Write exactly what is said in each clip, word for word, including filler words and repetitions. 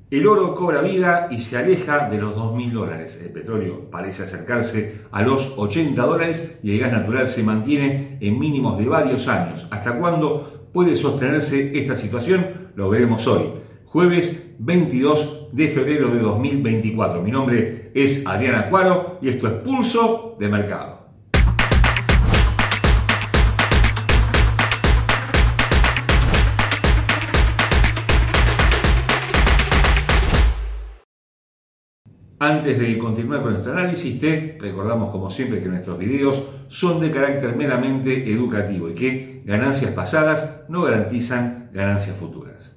El oro cobra vida y se aleja de los dos mil dólares. El petróleo parece acercarse a los ochenta dólares y el gas natural se mantiene en mínimos de varios años. ¿Hasta cuándo puede sostenerse esta situación? Lo veremos hoy, jueves veintidós de febrero de dos mil veinticuatro. Mi nombre es Adrián Acuaro y esto es Pulso de Mercado. Antes de continuar con nuestro análisis, te recordamos como siempre que nuestros videos son de carácter meramente educativo y que ganancias pasadas no garantizan ganancias futuras.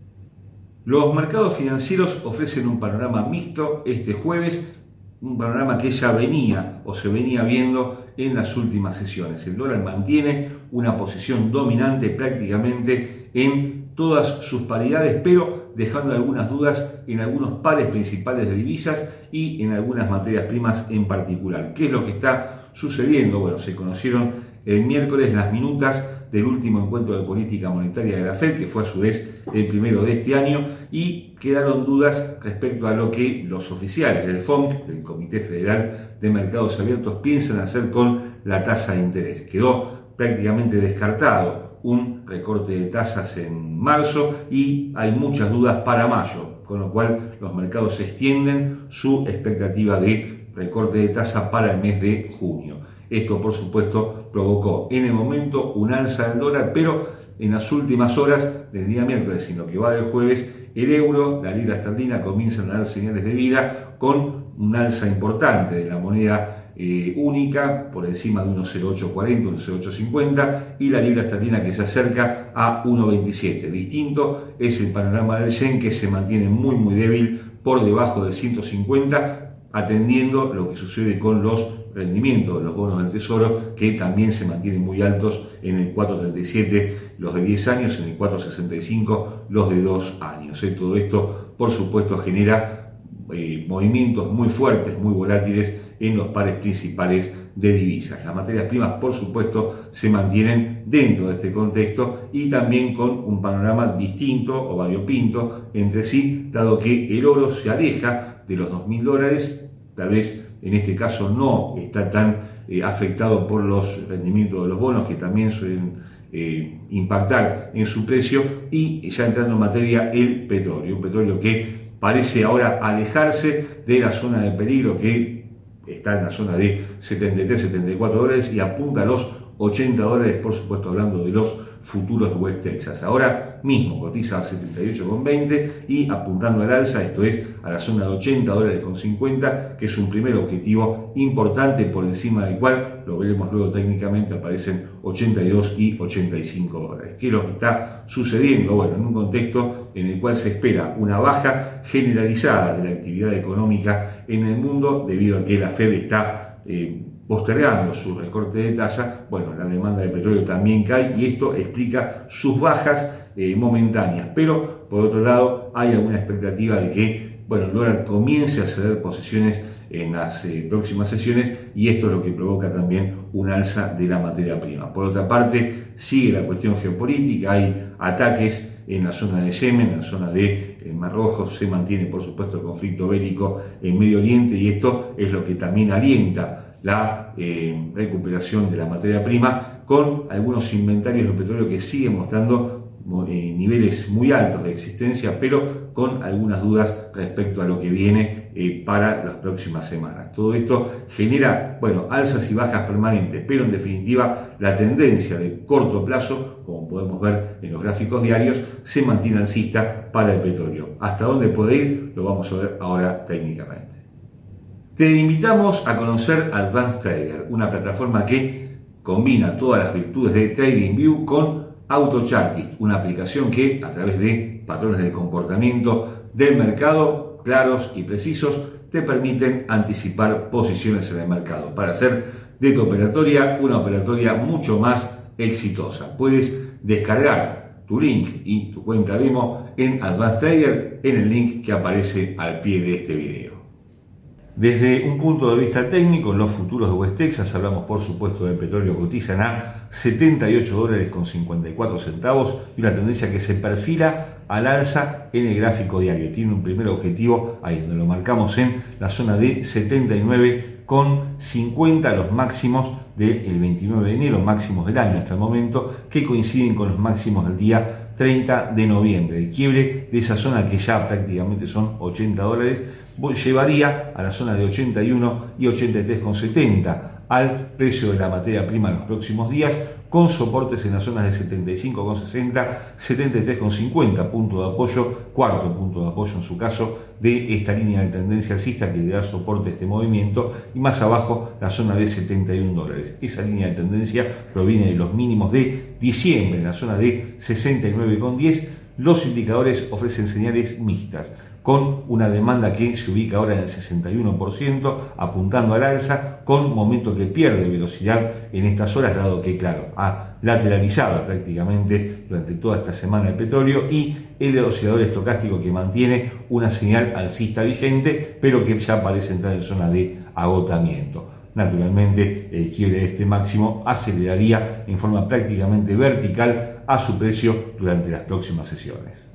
Los mercados financieros ofrecen un panorama mixto este jueves, un panorama que ya venía o se venía viendo en las últimas sesiones. El dólar mantiene una posición dominante prácticamente en todas sus paridades, pero dejando algunas dudas en algunos pares principales de divisas y en algunas materias primas en particular. ¿Qué es lo que está sucediendo? Bueno, se conocieron el miércoles las minutas del último encuentro de política monetaria de la Fed, que fue a su vez el primero de este año, y quedaron dudas respecto a lo que los oficiales del F O M C, del Comité Federal de Mercados Abiertos, piensan hacer con la tasa de interés. Quedó prácticamente descartado un recorte de tasas en marzo y hay muchas dudas para mayo, con lo cual los mercados extienden su expectativa de recorte de tasa para el mes de junio. Esto, por supuesto, provocó en el momento un alza del dólar, pero en las últimas horas del día miércoles, en lo que va del jueves, el euro, la libra esterlina comienzan a dar señales de vida con un alza importante de la moneda Eh, única por encima de uno coma cero ocho cuarenta, uno coma cero ocho cincuenta, y la libra esterlina que se acerca a uno coma veintisiete. Distinto es el panorama del yen, que se mantiene muy muy débil por debajo de ciento cincuenta, atendiendo lo que sucede con los rendimientos de los bonos del tesoro, que también se mantienen muy altos en el cuatro coma treinta y siete los de diez años, en el cuatro coma sesenta y cinco los de dos años. ¿eh? Todo esto, por supuesto, genera eh, movimientos muy fuertes, muy volátiles en los pares principales de divisas. Las materias primas, por supuesto, se mantienen dentro de este contexto y también con un panorama distinto o variopinto entre sí, dado que el oro se aleja de los dos mil dólares, tal vez en este caso no está tan eh, afectado por los rendimientos de los bonos, que también suelen eh, impactar en su precio, y ya entrando en materia el petróleo, un petróleo que parece ahora alejarse de la zona de peligro, que está en la zona de setenta y tres, setenta y cuatro dólares y apunta a los ochenta dólares, por supuesto hablando de los futuros de West Texas. Ahora mismo cotiza a setenta y ocho coma veinte y apuntando al alza, esto es a la zona de ochenta dólares con cincuenta, que es un primer objetivo importante por encima del cual, lo veremos luego técnicamente, aparecen ochenta y dos y ochenta y cinco dólares. ¿Qué es lo que está sucediendo? Bueno, en un contexto en el cual se espera una baja generalizada de la actividad económica en el mundo debido a que la Fed está eh, postergando su recorte de tasa. Bueno, la demanda de petróleo también cae y esto explica sus bajas eh, momentáneas, pero por otro lado hay alguna expectativa de que, bueno, el dólar comience a ceder posiciones en las eh, próximas sesiones, y esto es lo que provoca también un alza de la materia prima. Por otra parte, sigue la cuestión geopolítica, hay ataques en la zona de Yemen, en la zona de el Mar Rojo, se mantiene por supuesto el conflicto bélico en Medio Oriente, y esto es lo que también alienta la eh, recuperación de la materia prima, con algunos inventarios de petróleo que siguen mostrando eh, niveles muy altos de existencia, pero con algunas dudas respecto a lo que viene eh, para las próximas semanas. Todo esto genera, bueno, alzas y bajas permanentes, pero en definitiva la tendencia de corto plazo, como podemos ver en los gráficos diarios, se mantiene alcista para el petróleo. ¿Hasta dónde puede ir? Lo vamos a ver ahora técnicamente. Te invitamos a conocer Advanced Trader, una plataforma que combina todas las virtudes de TradingView con AutoChartist, una aplicación que, a través de patrones de comportamiento del mercado claros y precisos, te permiten anticipar posiciones en el mercado para hacer de tu operatoria una operatoria mucho más exitosa. Puedes descargar tu link y tu cuenta demo en Advanced Trader en el link que aparece al pie de este video. Desde un punto de vista técnico, en los futuros de West Texas hablamos por supuesto del petróleo, cotizan a setenta y ocho dólares con cincuenta y cuatro centavos y una tendencia que se perfila al alza en el gráfico diario. Tiene un primer objetivo ahí donde lo marcamos en la zona de setenta y nueve con cincuenta, los máximos del veintinueve de enero, máximos del año hasta el momento, que coinciden con los máximos del día treinta de noviembre. El quiebre de esa zona, que ya prácticamente son ochenta dólares, llevaría a la zona de ochenta y uno y ochenta y tres con setenta al precio de la materia prima en los próximos días, con soportes en las zonas de setenta y cinco con sesenta, setenta y tres con cincuenta, punto de apoyo, cuarto punto de apoyo en su caso de esta línea de tendencia alcista que le da soporte a este movimiento, y más abajo la zona de setenta y uno dólares. Esa línea de tendencia proviene de los mínimos de diciembre en la zona de sesenta y nueve con diez. Los indicadores ofrecen señales mixtas, con una demanda que se ubica ahora en el sesenta y uno por ciento, apuntando al alza, con momento que pierde velocidad en estas horas, dado que, claro, ha lateralizado prácticamente durante toda esta semana el petróleo, y el oscilador estocástico que mantiene una señal alcista vigente, pero que ya parece entrar en zona de agotamiento. Naturalmente, el quiebre de este máximo aceleraría en forma prácticamente vertical a su precio durante las próximas sesiones.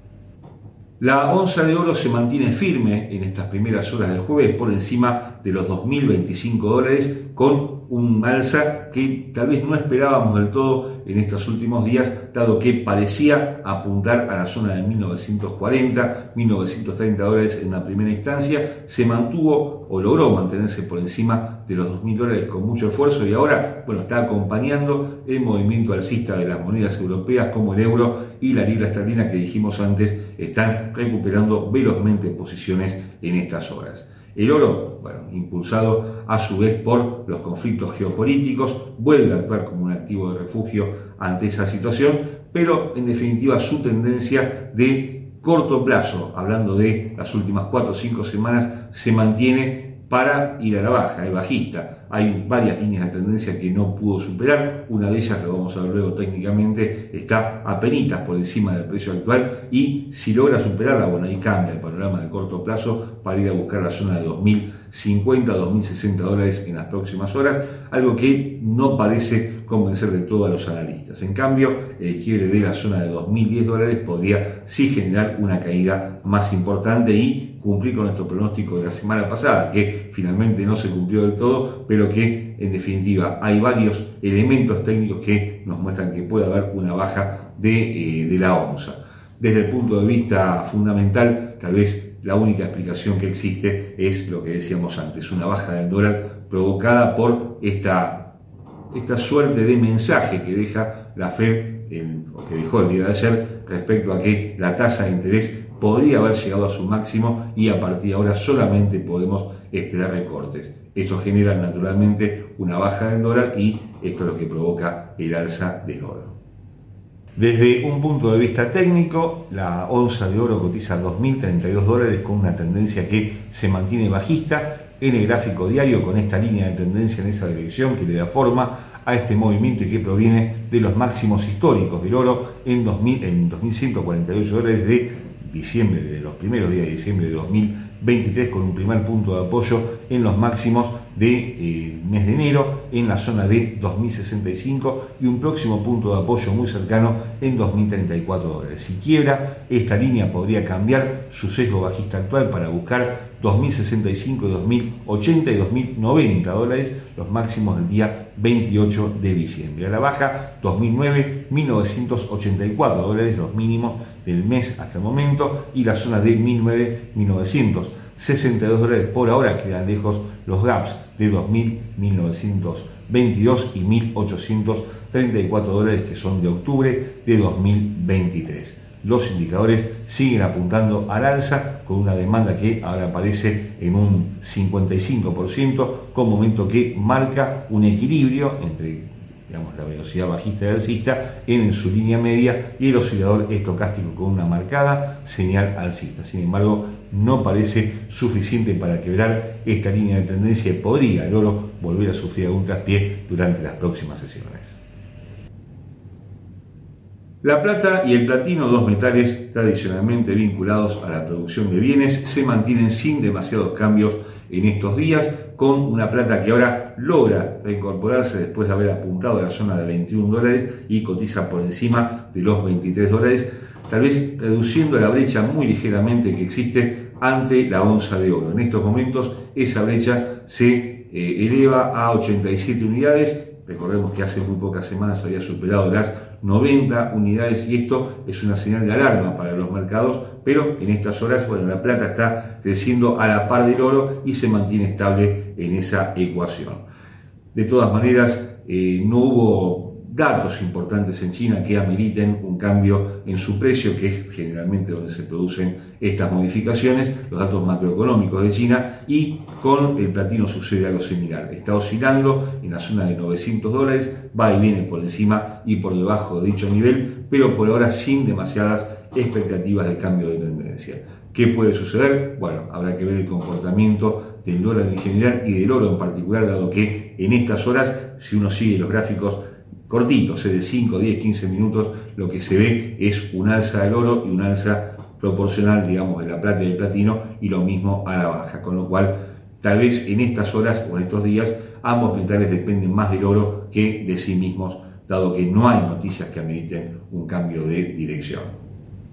La onza de oro se mantiene firme en estas primeras horas del jueves por encima de los dos mil veinticinco dólares, con un alza que tal vez no esperábamos del todo en estos últimos días, dado que parecía apuntar a la zona de mil novecientos cuarenta, mil novecientos treinta dólares en la primera instancia. Se mantuvo o logró mantenerse por encima de los dos mil dólares con mucho esfuerzo, y ahora, bueno, está acompañando el movimiento alcista de las monedas europeas como el euro y la libra esterlina, que dijimos antes están recuperando velozmente posiciones en estas horas. El oro, bueno, impulsado a su vez por los conflictos geopolíticos, vuelve a actuar como un activo de refugio ante esa situación, pero en definitiva su tendencia de corto plazo, hablando de las últimas cuatro o cinco semanas, se mantiene para ir a la baja, es bajista. Hay varias líneas de tendencia que no pudo superar, una de ellas, lo vamos a ver luego técnicamente, está apenitas por encima del precio actual, y si logra superarla, bueno, ahí cambia el panorama de corto plazo para ir a buscar la zona de dos mil cincuenta, dos mil sesenta dólares en las próximas horas, algo que no parece convencer de todo a los analistas. En cambio, el quiebre de la zona de dos mil diez dólares podría sí generar una caída más importante y cumplir con nuestro pronóstico de la semana pasada, que finalmente no se cumplió del todo, pero que en definitiva hay varios elementos técnicos que nos muestran que puede haber una baja de, eh, de la onza. Desde el punto de vista fundamental, tal vez la única explicación que existe es lo que decíamos antes, una baja del dólar provocada por esta, esta suerte de mensaje que deja la Fed, el, o que dejó el día de ayer, respecto a que la tasa de interés podría haber llegado a su máximo y a partir de ahora solamente podemos esperar recortes. Eso genera naturalmente una baja del dólar y esto es lo que provoca el alza del oro. Desde un punto de vista técnico, la onza de oro cotiza dos mil treinta y dos dólares con una tendencia que se mantiene bajista en el gráfico diario, con esta línea de tendencia en esa dirección que le da forma a este movimiento y que proviene de los máximos históricos del oro en, dos mil, en dos mil ciento cuarenta y ocho dólares de diciembre, de los primeros días de diciembre de dos mil veintitrés, con un primer punto de apoyo en los máximos del eh, mes de enero en la zona de dos mil sesenta y cinco y un próximo punto de apoyo muy cercano en dos mil treinta y cuatro dólares. Si quiebra esta línea, podría cambiar su sesgo bajista actual para buscar dos mil sesenta y cinco, dos mil ochenta y dos mil noventa dólares, los máximos del día veintiocho de diciembre. A la baja, dos mil nueve, mil novecientos ochenta y cuatro dólares, los mínimos del mes hasta el momento, y la zona de mil nueve, mil novecientos sesenta y dos dólares. Por ahora quedan lejos los gaps de dos mil, mil novecientos veintidós y mil ochocientos treinta y cuatro dólares, que son de octubre de dos mil veintitrés. Los indicadores siguen apuntando al alza, con una demanda que ahora aparece en un cincuenta y cinco por ciento, con momento que marca un equilibrio entre, digamos, la velocidad bajista y alcista en su línea media y el oscilador estocástico con una marcada señal alcista. Sin embargo, no parece suficiente para quebrar esta línea de tendencia y podría el oro volver a sufrir algún traspié durante las próximas sesiones. La plata y el platino, dos metales tradicionalmente vinculados a la producción de bienes, se mantienen sin demasiados cambios en estos días, con una plata que ahora logra reincorporarse después de haber apuntado a la zona de veintiún dólares y cotiza por encima de los veintitrés dólares, tal vez reduciendo la brecha muy ligeramente que existe ante la onza de oro. En estos momentos esa brecha se eh, eleva a ochenta y siete unidades. Recordemos que hace muy pocas semanas había superado las noventa unidades y esto es una señal de alarma para los mercados, pero en estas horas, bueno, la plata está creciendo a la par del oro y se mantiene estable en esa ecuación. De todas maneras, eh, no hubo datos importantes en China que ameriten un cambio en su precio, que es generalmente donde se producen estas modificaciones, los datos macroeconómicos de China, y con el platino sucede algo similar. Está oscilando en la zona de novecientos dólares, va y viene por encima y por debajo de dicho nivel, pero por ahora sin demasiadas expectativas de cambio de tendencia. ¿Qué puede suceder? Bueno, habrá que ver el comportamiento del dólar en general y del oro en particular, dado que en estas horas, si uno sigue los gráficos cortitos, de cinco, diez, quince minutos, lo que se ve es un alza del oro y un alza proporcional, digamos, de la plata y del platino, y lo mismo a la baja, con lo cual tal vez en estas horas o en estos días ambos metales dependen más del oro que de sí mismos, dado que no hay noticias que ameriten un cambio de dirección.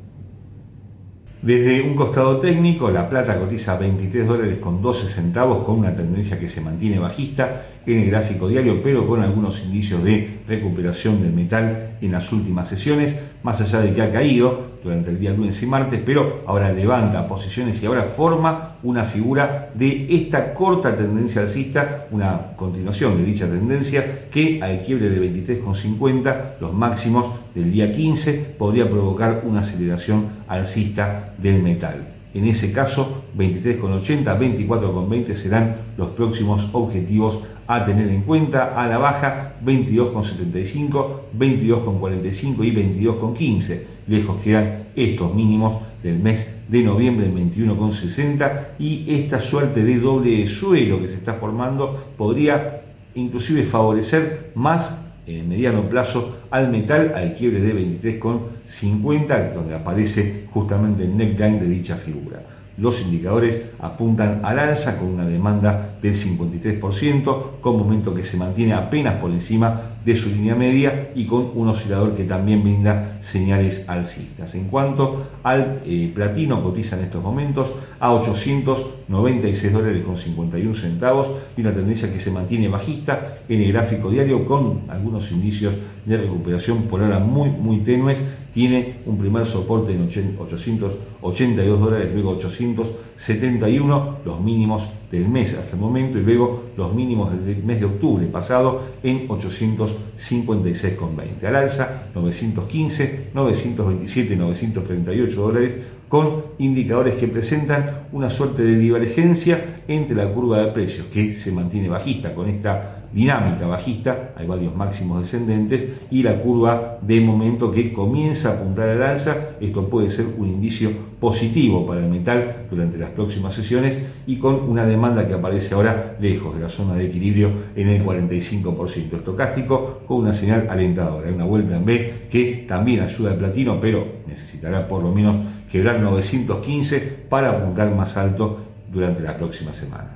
Desde un costado técnico, la plata cotiza veintitrés dólares con doce centavos, con una tendencia que se mantiene bajista en el gráfico diario, pero con algunos indicios de recuperación del metal en las últimas sesiones, más allá de que ha caído durante el día lunes y martes, pero ahora levanta posiciones y ahora forma una figura de esta corta tendencia alcista, una continuación de dicha tendencia que al quiebre de veintitrés con cincuenta, los máximos del día quince, podría provocar una aceleración alcista del metal. En ese caso, veintitrés con ochenta, veinticuatro con veinte serán los próximos objetivos a tener en cuenta. A la baja, veintidós con setenta y cinco, veintidós con cuarenta y cinco y veintidós con quince. Lejos quedan estos mínimos del mes de noviembre en veintiuno con sesenta, y esta suerte de doble suelo que se está formando podría inclusive favorecer más en mediano plazo al metal, al quiebre de veintitrés con cincuenta, donde aparece justamente el neckline de dicha figura. Los indicadores apuntan al alza con una demanda del cincuenta y tres por ciento, con momento que se mantiene apenas por encima de su línea media y con un oscilador que también brinda señales alcistas. En cuanto al eh, platino, cotiza en estos momentos a ochocientos noventa y seis dólares con cincuenta y uno centavos y una tendencia que se mantiene bajista en el gráfico diario, con algunos indicios de recuperación por ahora muy muy tenues. Tiene un primer soporte en ochocientos ochenta y dos dólares, luego ochocientos setenta y uno, los mínimos del mes hasta el momento, y luego los mínimos del mes de octubre pasado en ochocientos cincuenta y seis con veinte. Al alza, novecientos quince, novecientos veintisiete, novecientos treinta y ocho dólares, con indicadores que presentan una suerte de divergencia entre la curva de precios, que se mantiene bajista, con esta dinámica bajista, hay varios máximos descendentes, y la curva de momento que comienza a apuntar al alza. Esto puede ser un indicio positivo para el metal durante las próximas sesiones, y con una demanda que aparece ahora lejos de la zona de equilibrio en el cuarenta y cinco por ciento estocástico, con una señal alentadora. Hay una vuelta en B que también ayuda al platino, pero necesitará por lo menos quebrar novecientos quince para apuntar más alto durante la próxima semana.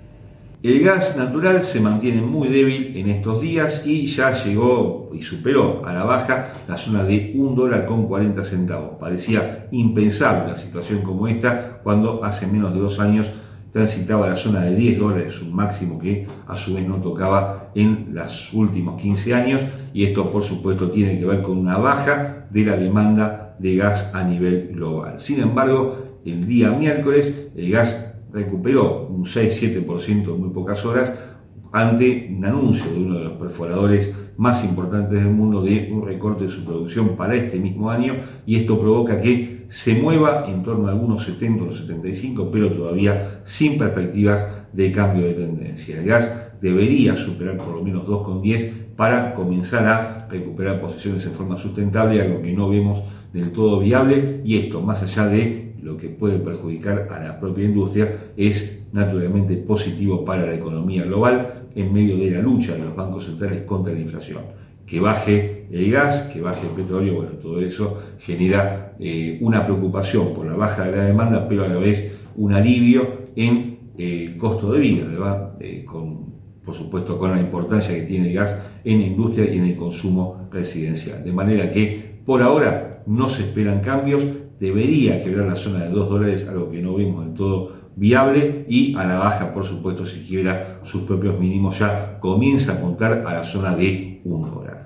El gas natural se mantiene muy débil en estos días y ya llegó y superó a la baja la zona de un dólar con cuarenta centavos. Parecía impensable una situación como esta cuando hace menos de dos años transitaba la zona de diez dólares, un máximo que a su vez no tocaba en los últimos quince años, y esto por supuesto tiene que ver con una baja de la demanda de gas a nivel global. Sin embargo, el día miércoles el gas recuperó un seis a siete por ciento en muy pocas horas ante un anuncio de uno de los perforadores más importantes del mundo de un recorte de su producción para este mismo año, y esto provoca que se mueva en torno a algunos setenta, unos setenta y cinco, pero todavía sin perspectivas de cambio de tendencia. El gas debería superar por lo menos dos con diez para comenzar a recuperar posiciones en forma sustentable, algo que no vemos del todo viable, y esto, más allá de lo que puede perjudicar a la propia industria, es naturalmente positivo para la economía global en medio de la lucha de los bancos centrales contra la inflación. Que baje el gas, que baje el petróleo, bueno, todo eso genera eh, una preocupación por la baja de la demanda, pero a la vez un alivio en el costo de vida, ¿verdad? Eh, con, por supuesto con la importancia que tiene el gas en la industria y en el consumo residencial. De manera que por ahora no se esperan cambios, debería quebrar la zona de dos dólares, algo que no vemos del todo viable, y a la baja, por supuesto, si quiebra sus propios mínimos ya comienza a apuntar a la zona de un dólar.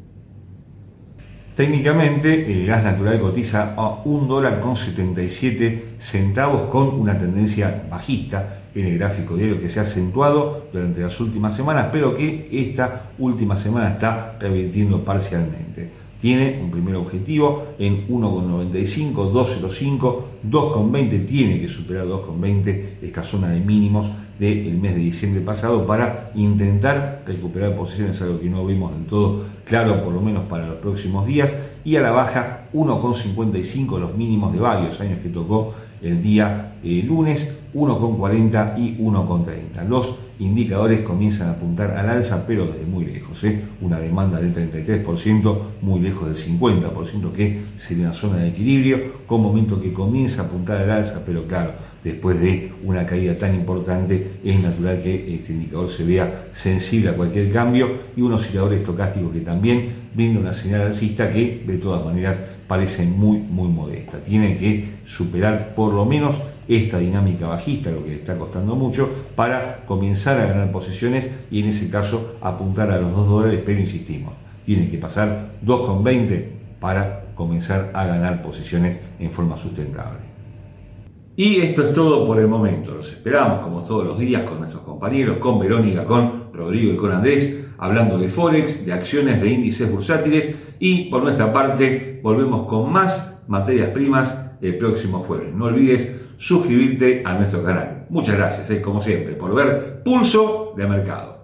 Técnicamente el gas natural cotiza a un dólar con setenta y siete centavos con una tendencia bajista en el gráfico diario que se ha acentuado durante las últimas semanas, pero que esta última semana está revirtiendo parcialmente. Tiene un primer objetivo en uno con noventa y cinco, dos coma cero cinco, dos con veinte, tiene que superar dos con veinte, esta zona de mínimos del mes de diciembre pasado, para intentar recuperar posiciones, algo que no vimos del todo claro, por lo menos para los próximos días, y a la baja uno con cincuenta y cinco, los mínimos de varios años que tocó el día eh, lunes, uno con cuarenta y uno con treinta. Los indicadores comienzan a apuntar al alza, pero desde muy lejos, ¿eh? Una demanda del treinta y tres por ciento, muy lejos del cincuenta por ciento, que sería una zona de equilibrio, con momento que comienza a apuntar al alza, pero claro, después de una caída tan importante es natural que este indicador se vea sensible a cualquier cambio, y unos osciladores estocásticos que también brindan una señal alcista que de todas maneras parece muy muy modesta. Tiene que superar por lo menos esta dinámica bajista, lo que le está costando mucho, para comenzar a ganar posiciones y en ese caso apuntar a los dos dólares, pero insistimos, tiene que pasar dos con veinte para comenzar a ganar posiciones en forma sustentable. Y esto es todo por el momento. Los esperamos como todos los días con nuestros compañeros, con Verónica, con Rodrigo y con Andrés, hablando de Forex, de acciones, de índices bursátiles, y por nuestra parte volvemos con más materias primas el próximo jueves. No olvides suscribirte a nuestro canal. Muchas gracias, eh, como siempre, por ver Pulso de Mercado.